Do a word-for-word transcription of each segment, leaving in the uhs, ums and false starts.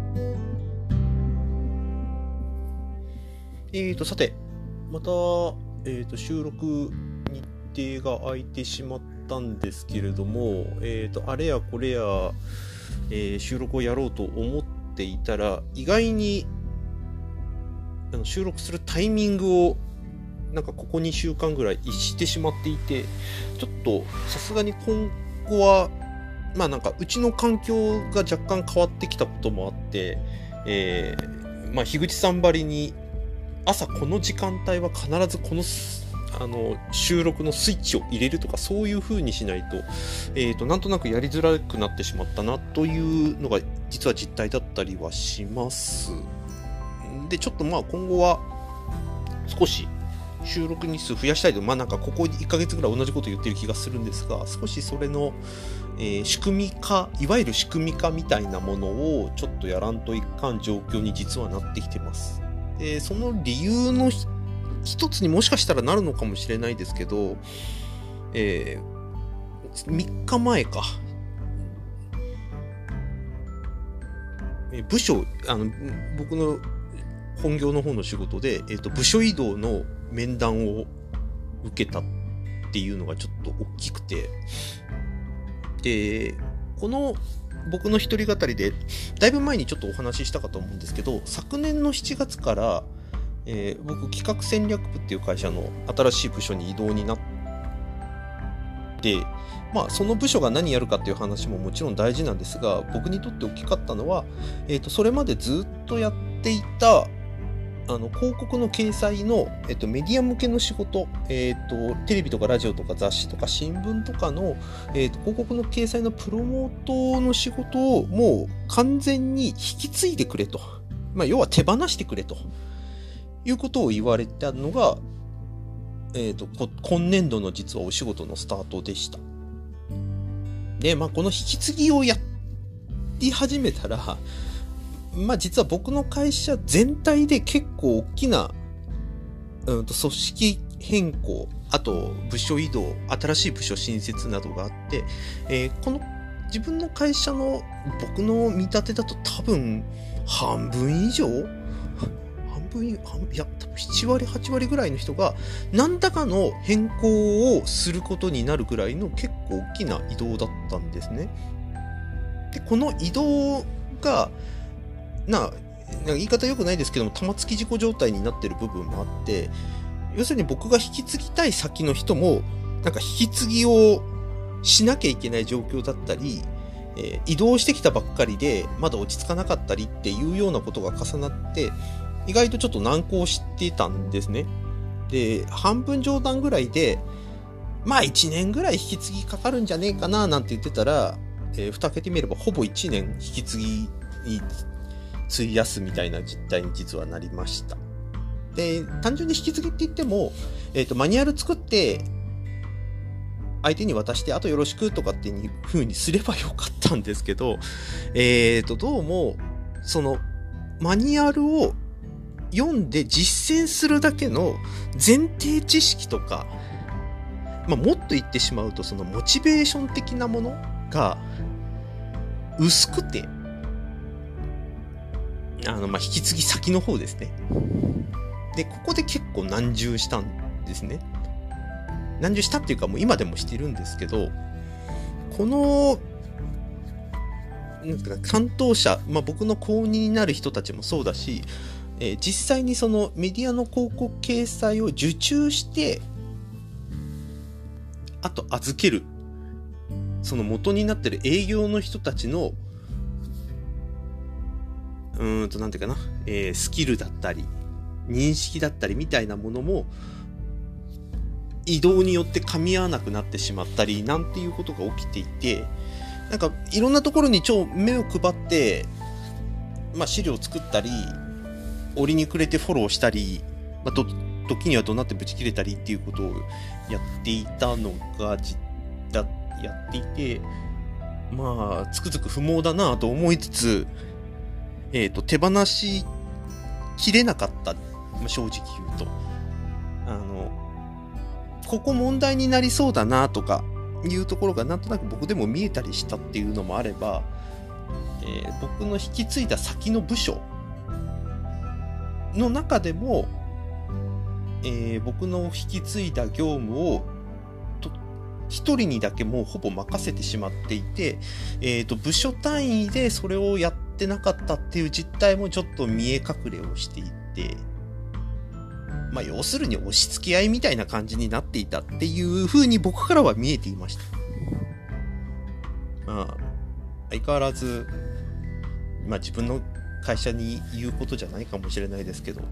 えーと、さて、また、えーと、収録日程が空いてしまったんですけれども、えーと、あれやこれや、えー収録をやろうと思っていたら、意外にあの収録するタイミングを、なんかここにしゅうかんぐらい逸してしまっていて、ちょっとさすがに今後は、まあなんかうちの環境が若干変わってきたこともあって、えー、まあ樋口さんばりに、朝この時間帯は必ずこのあの収録のスイッチを入れるとか、そういう風にしないと、えーと、なんとなくやりづらくなってしまったなというのが実は実態だったりはします。で、ちょっとまあ今後は少し収録日数増やしたいと、まあなんかここいっかげつぐらい同じこと言ってる気がするんですが、少しそれの、えー、仕組み化、いわゆる仕組み化みたいなものをちょっとやらんといかん状況に実はなってきてます。で、その理由の一つにもしかしたらなるのかもしれないですけど、えー、みっかまえか、部署、あの僕の本業の方の仕事で、えーと、部署移動の面談を受けたっていうのがちょっと大きくて、で、この僕の一人語りでだいぶ前にちょっとお話ししたかと思うんですけど、昨年のしちがつから、えー、僕企画戦略部っていう会社の新しい部署に異動になって、まあその部署が何やるかっていう話ももちろん大事なんですが、僕にとって大きかったのは、えーと、それまでずっとやっていたあの広告の掲載の、えっと、メディア向けの仕事、えっと、テレビとかラジオとか雑誌とか新聞とかの、えっと、広告の掲載のプロモートの仕事をもう完全に引き継いでくれと、まあ、要は手放してくれということを言われたのが、えっと、今年度の実はお仕事のスタートでした。で、まあ、この引き継ぎをやり始めたら、まあ実は僕の会社全体で結構大きな、うん、と組織変更、あと部署移動、新しい部署新設などがあって、えー、この自分の会社の僕の見立てだと多分半分以上半分いや多分ななわりはちわりぐらいの人が何らかの変更をすることになるぐらいの結構大きな移動だったんですね。で、この移動がな、なんか言い方良くないですけども、玉突き事故状態になってる部分もあって、要するに僕が引き継ぎたい先の人もなんか引き継ぎをしなきゃいけない状況だったり、えー、移動してきたばっかりでまだ落ち着かなかったりっていうようなことが重なって、意外とちょっと難航してたんですね。で、半分冗談ぐらいで、まあいちねんぐらい引き継ぎかかるんじゃねえかななんて言ってたら、えー、蓋開けてみればほぼいちねん引き継ぎに費やすみたいな実態に実はなりました。で、単純に引き継ぎって言っても、えっと、マニュアル作って相手に渡してあとよろしくとかっていう風にすればよかったんですけど、えっと、どうもそのマニュアルを読んで実践するだけの前提知識とか、まあ、もっと言ってしまうとそのモチベーション的なものが薄くて、あの、まあ、引き継ぎ先の方ですね。で、ここで結構難渋したんですね。難渋したっていうか、もう今でもしてるんですけど、この、なんていうか、担当者、まあ、僕の後任になる人たちもそうだし、えー、実際にそのメディアの広告掲載を受注して、あと預ける、その元になってる営業の人たちのうーんとなんていうかな、えー、スキルだったり認識だったりみたいなものも移動によって噛み合わなくなってしまったりなんていうことが起きていて、なんかいろんなところに超目を配って、まあ、資料を作ったり折に暮れてフォローしたり、まあ、と時には怒鳴ってブチ切れたりっていうことをやっていたのがじだやっていて、まあつくづく不毛だなと思いつつ、えーと、手放しきれなかった、まあ、正直言うと、あのここ問題になりそうだなとかいうところがなんとなく僕でも見えたりしたっていうのもあれば、ええー、僕の引き継いだ先の部署の中でも、えー、僕の引き継いだ業務を一人にだけもうほぼ任せてしまっていて、えーと、部署単位でそれをやってなかったっていう実態もちょっと見え隠れをしていて、まあ要するに押し付け合いみたいな感じになっていたっていう風に僕からは見えていました。まあ相変わらず、まあ自分の会社に言うことじゃないかもしれないですけど、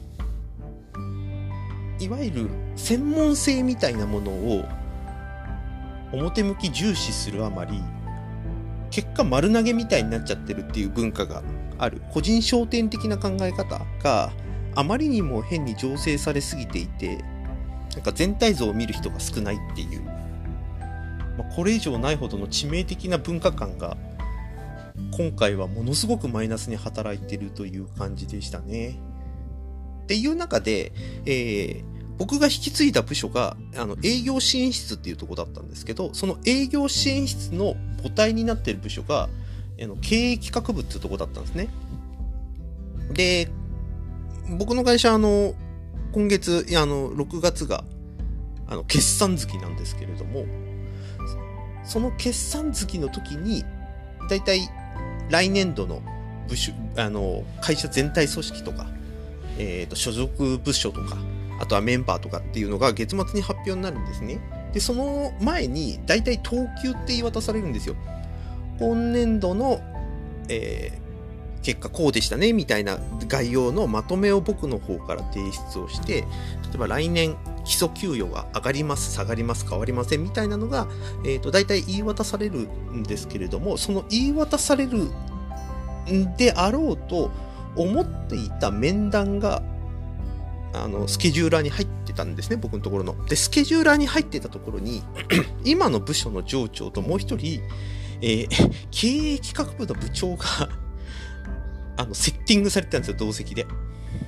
いわゆる専門性みたいなものを表向き重視するあまり、結果丸投げみたいになっちゃってるっていう文化がある。個人商店的な考え方があまりにも変に醸成されすぎていて、なんか全体像を見る人が少ないっていう、まあ、これ以上ないほどの致命的な文化観が今回はものすごくマイナスに働いてるという感じでしたね。っていう中で、えー僕が引き継いだ部署があの営業支援室っていうところだったんですけど、その営業支援室の母体になっている部署があの経営企画部っていうところだったんですね。で、僕の会社あの今月あのろくがつがあの決算月なんですけれども、その決算月の時にだいたい来年度の部署あの会社全体組織とか、えーと所属部署とか、あとはメンバーとかっていうのが月末に発表になるんですね。で、その前に大体等級って言い渡されるんですよ。今年度の、えー、結果こうでしたねみたいな概要のまとめを僕の方から提出をして、例えば来年基礎給与が上がります下がります変わりませんみたいなのが、えーと、大体言い渡されるんですけれども、その言い渡されるであろうと思っていた面談があのスケジューラーに入ってたんですね、僕のところの。で、スケジューラーに入ってたところに今の部署の上長ともう一人、えー、経営企画部の部長があのセッティングされてたんですよ、同席で。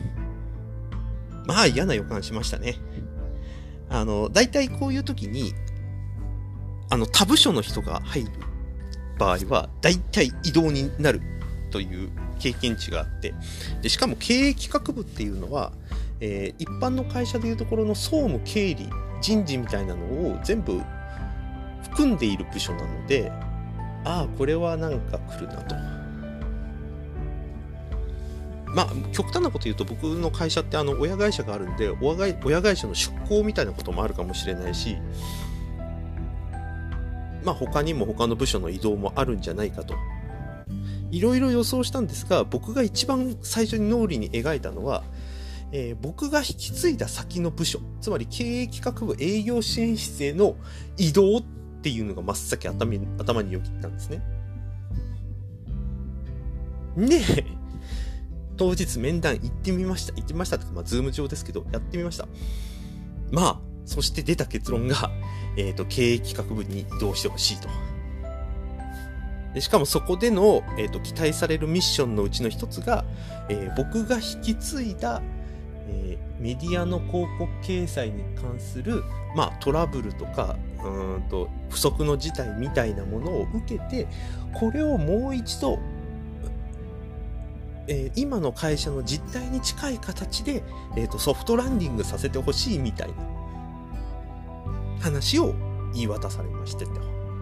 まあ嫌な予感しましたね。あの大体こういう時にあの他部署の人が入る場合は大体異動になるという経験値があって、でしかも経営企画部っていうのはえー、一般の会社でいうところの総務経理人事みたいなのを全部含んでいる部署なので、ああこれはなんか来るなと。まあ極端なこと言うと、僕の会社ってあの親会社があるんで、親会社の出向みたいなこともあるかもしれないし、まあ他にも他の部署の移動もあるんじゃないかといろいろ予想したんですが、僕が一番最初に脳裏に描いたのは、えー、僕が引き継いだ先の部署、つまり経営企画部営業支援室への移動っていうのが真っ先頭に頭によぎったんですね。で、当日面談行ってみました。行ってみましたって、まあ、ズーム上ですけど、やってみました。まあ、そして出た結論が、えっと、経営企画部に移動してほしいと。でしかもそこでの、えーと、期待されるミッションのうちの一つが、えー、僕が引き継いだえー、メディアの広告掲載に関する、まあ、トラブルとかうーんと不測の事態みたいなものを受けて、これをもう一度、えー、今の会社の実態に近い形で、えーと、ソフトランディングさせてほしいみたいな話を言い渡されましてと。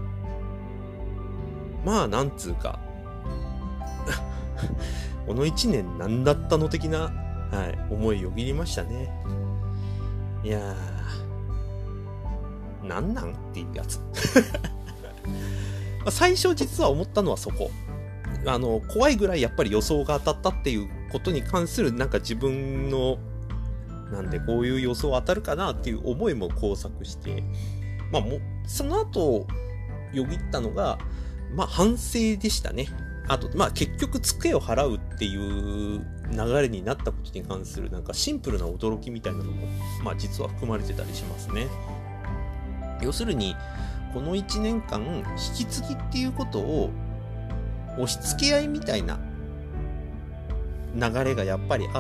まあなんつうかこのいちねん何だったの的な、はい、思いよぎりましたね。いやー、なんなんっていうやつ。最初実は思ったのはそこ。あの、怖いぐらいやっぱり予想が当たったっていうことに関するなんか自分の、なんでこういう予想当たるかなっていう思いも交錯して、まあもう、その後、よぎったのが、まあ反省でしたね。あと、まあ結局ツケを払うっていう流れになったことに関するなんかシンプルな驚きみたいなのも、まあ実は含まれてたりしますね。要するに、このいちねんかん引き継ぎっていうことを押し付け合いみたいな流れがやっぱりあって、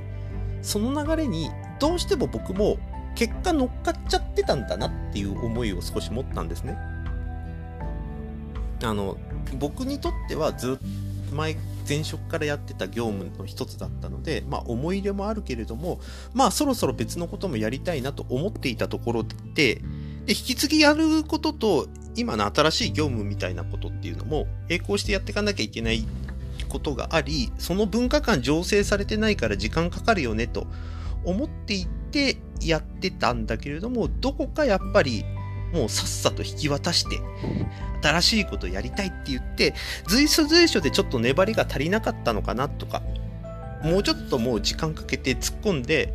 その流れにどうしても僕も結果乗っかっちゃってたんだなっていう思いを少し持ったんですね。あの僕にとってはずっ前前職からやってた業務の一つだったので、まあ思い入れもあるけれども、まあそろそろ別のこともやりたいなと思っていたところで、で引き継ぎやることと今の新しい業務みたいなことっていうのも並行してやっていかなきゃいけないことがあり、その文化間醸成されてないから時間かかるよねと思っていてやってたんだけれども、どこかやっぱりもうさっさと引き渡して新しいことやりたいって言って随所随所でちょっと粘りが足りなかったのかなとか、もうちょっともう時間かけて突っ込んで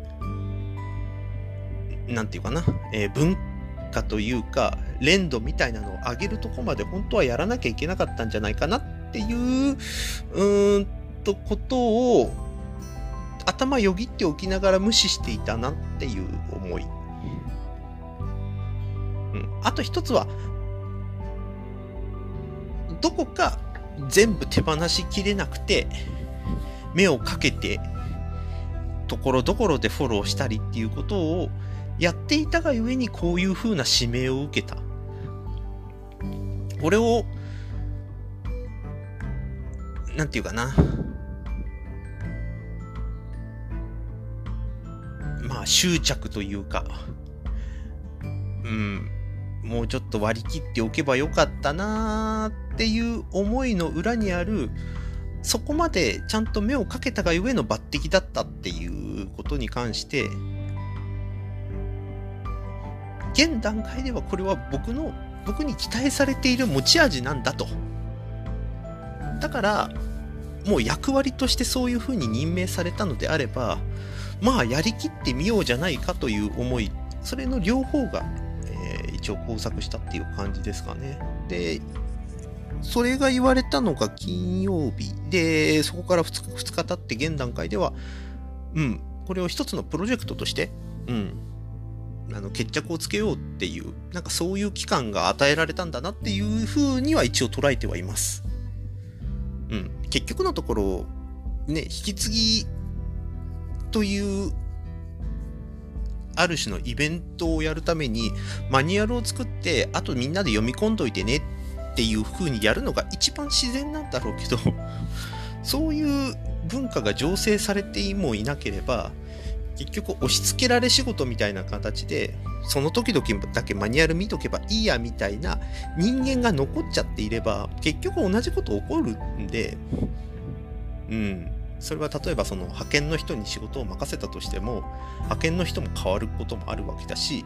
なんていうかな、えー、文化というか連動みたいなのを上げるとこまで本当はやらなきゃいけなかったんじゃないかなっていううーんとことを頭よぎっておきながら無視していたなっていう思い。うん、あと一つはどこか全部手放しきれなくて目をかけてところどころでフォローしたりっていうことをやっていたがゆえにこういう風な指名を受けた。これをなんていうかな、まあ執着というか、うんもうちょっと割り切っておけばよかったなーっていう思いの裏にある、そこまでちゃんと目をかけたがゆえの抜擢だったっていうことに関して現段階ではこれは僕の僕に期待されている持ち味なんだと。だからもう役割としてそういう風に任命されたのであれば、まあやりきってみようじゃないかという思い、それの両方が一応工作したっていう感じですかね。で、それが言われたのが金曜日で、そこからふつか、ふつか経って現段階では、うん、これを一つのプロジェクトとして、うん、あの決着をつけようっていう、なんかそういう期間が与えられたんだなっていう風には一応捉えてはいます。うん、結局のところ、ね、引き継ぎというある種のイベントをやるためにマニュアルを作ってあとみんなで読み込んどいてねっていう風にやるのが一番自然なんだろうけどそういう文化が醸成されてもいなければ結局押し付けられ仕事みたいな形でその時々だけマニュアル見とけばいいやみたいな人間が残っちゃっていれば結局同じこと起こるんで、うんそれは例えばその派遣の人に仕事を任せたとしても派遣の人も変わることもあるわけだし、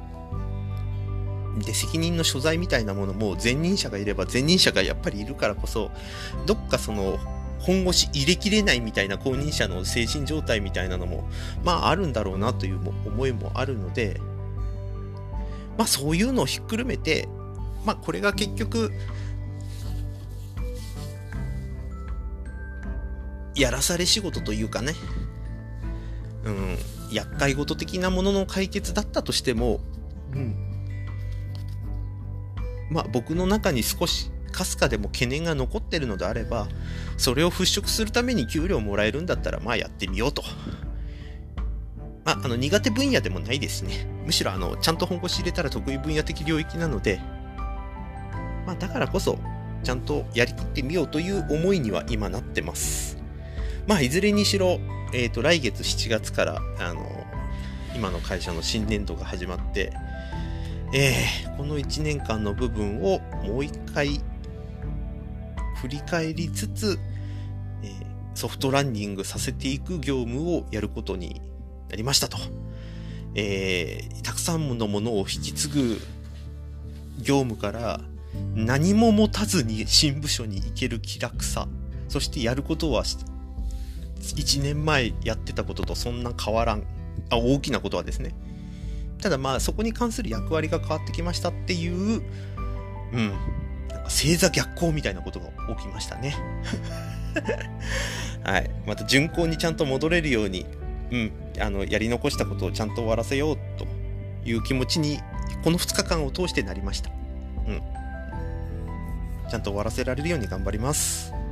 で責任の所在みたいなものも前任者がいれば前任者がやっぱりいるからこそどっかその本腰入れきれないみたいな後任者の精神状態みたいなのもまああるんだろうなという思いもあるので、まあそういうのをひっくるめてまあこれが結局やらされ仕事というかね、うん、厄介事的なものの解決だったとしても、うん、まあ僕の中に少しかすかでも懸念が残ってるのであれば、それを払拭するために給料もらえるんだったらまあやってみようと。まああの苦手分野でもないですね。むしろあのちゃんと本腰入れたら得意分野的領域なので、まあだからこそちゃんとやりきってみようという思いには今なってます。まあいずれにしろ、えーと、来月しちがつからあの今の会社の新年度が始まって、えー、このいちねんかんの部分をもう一回振り返りつつ、えー、ソフトランニングさせていく業務をやることになりましたと、えー、たくさんのものを引き継ぐ業務から何も持たずに新部署に行ける気楽さ、そしてやることはいちねんまえやってたこととそんな変わらん、あ大きなことはですね。ただまあそこに関する役割が変わってきましたっていう、うん、なんか星座逆行みたいなことが起きましたね。はい、また順行にちゃんと戻れるように、うん、あのやり残したことをちゃんと終わらせようという気持ちにこのふつかかんを通してなりました。うん、ちゃんと終わらせられるように頑張ります。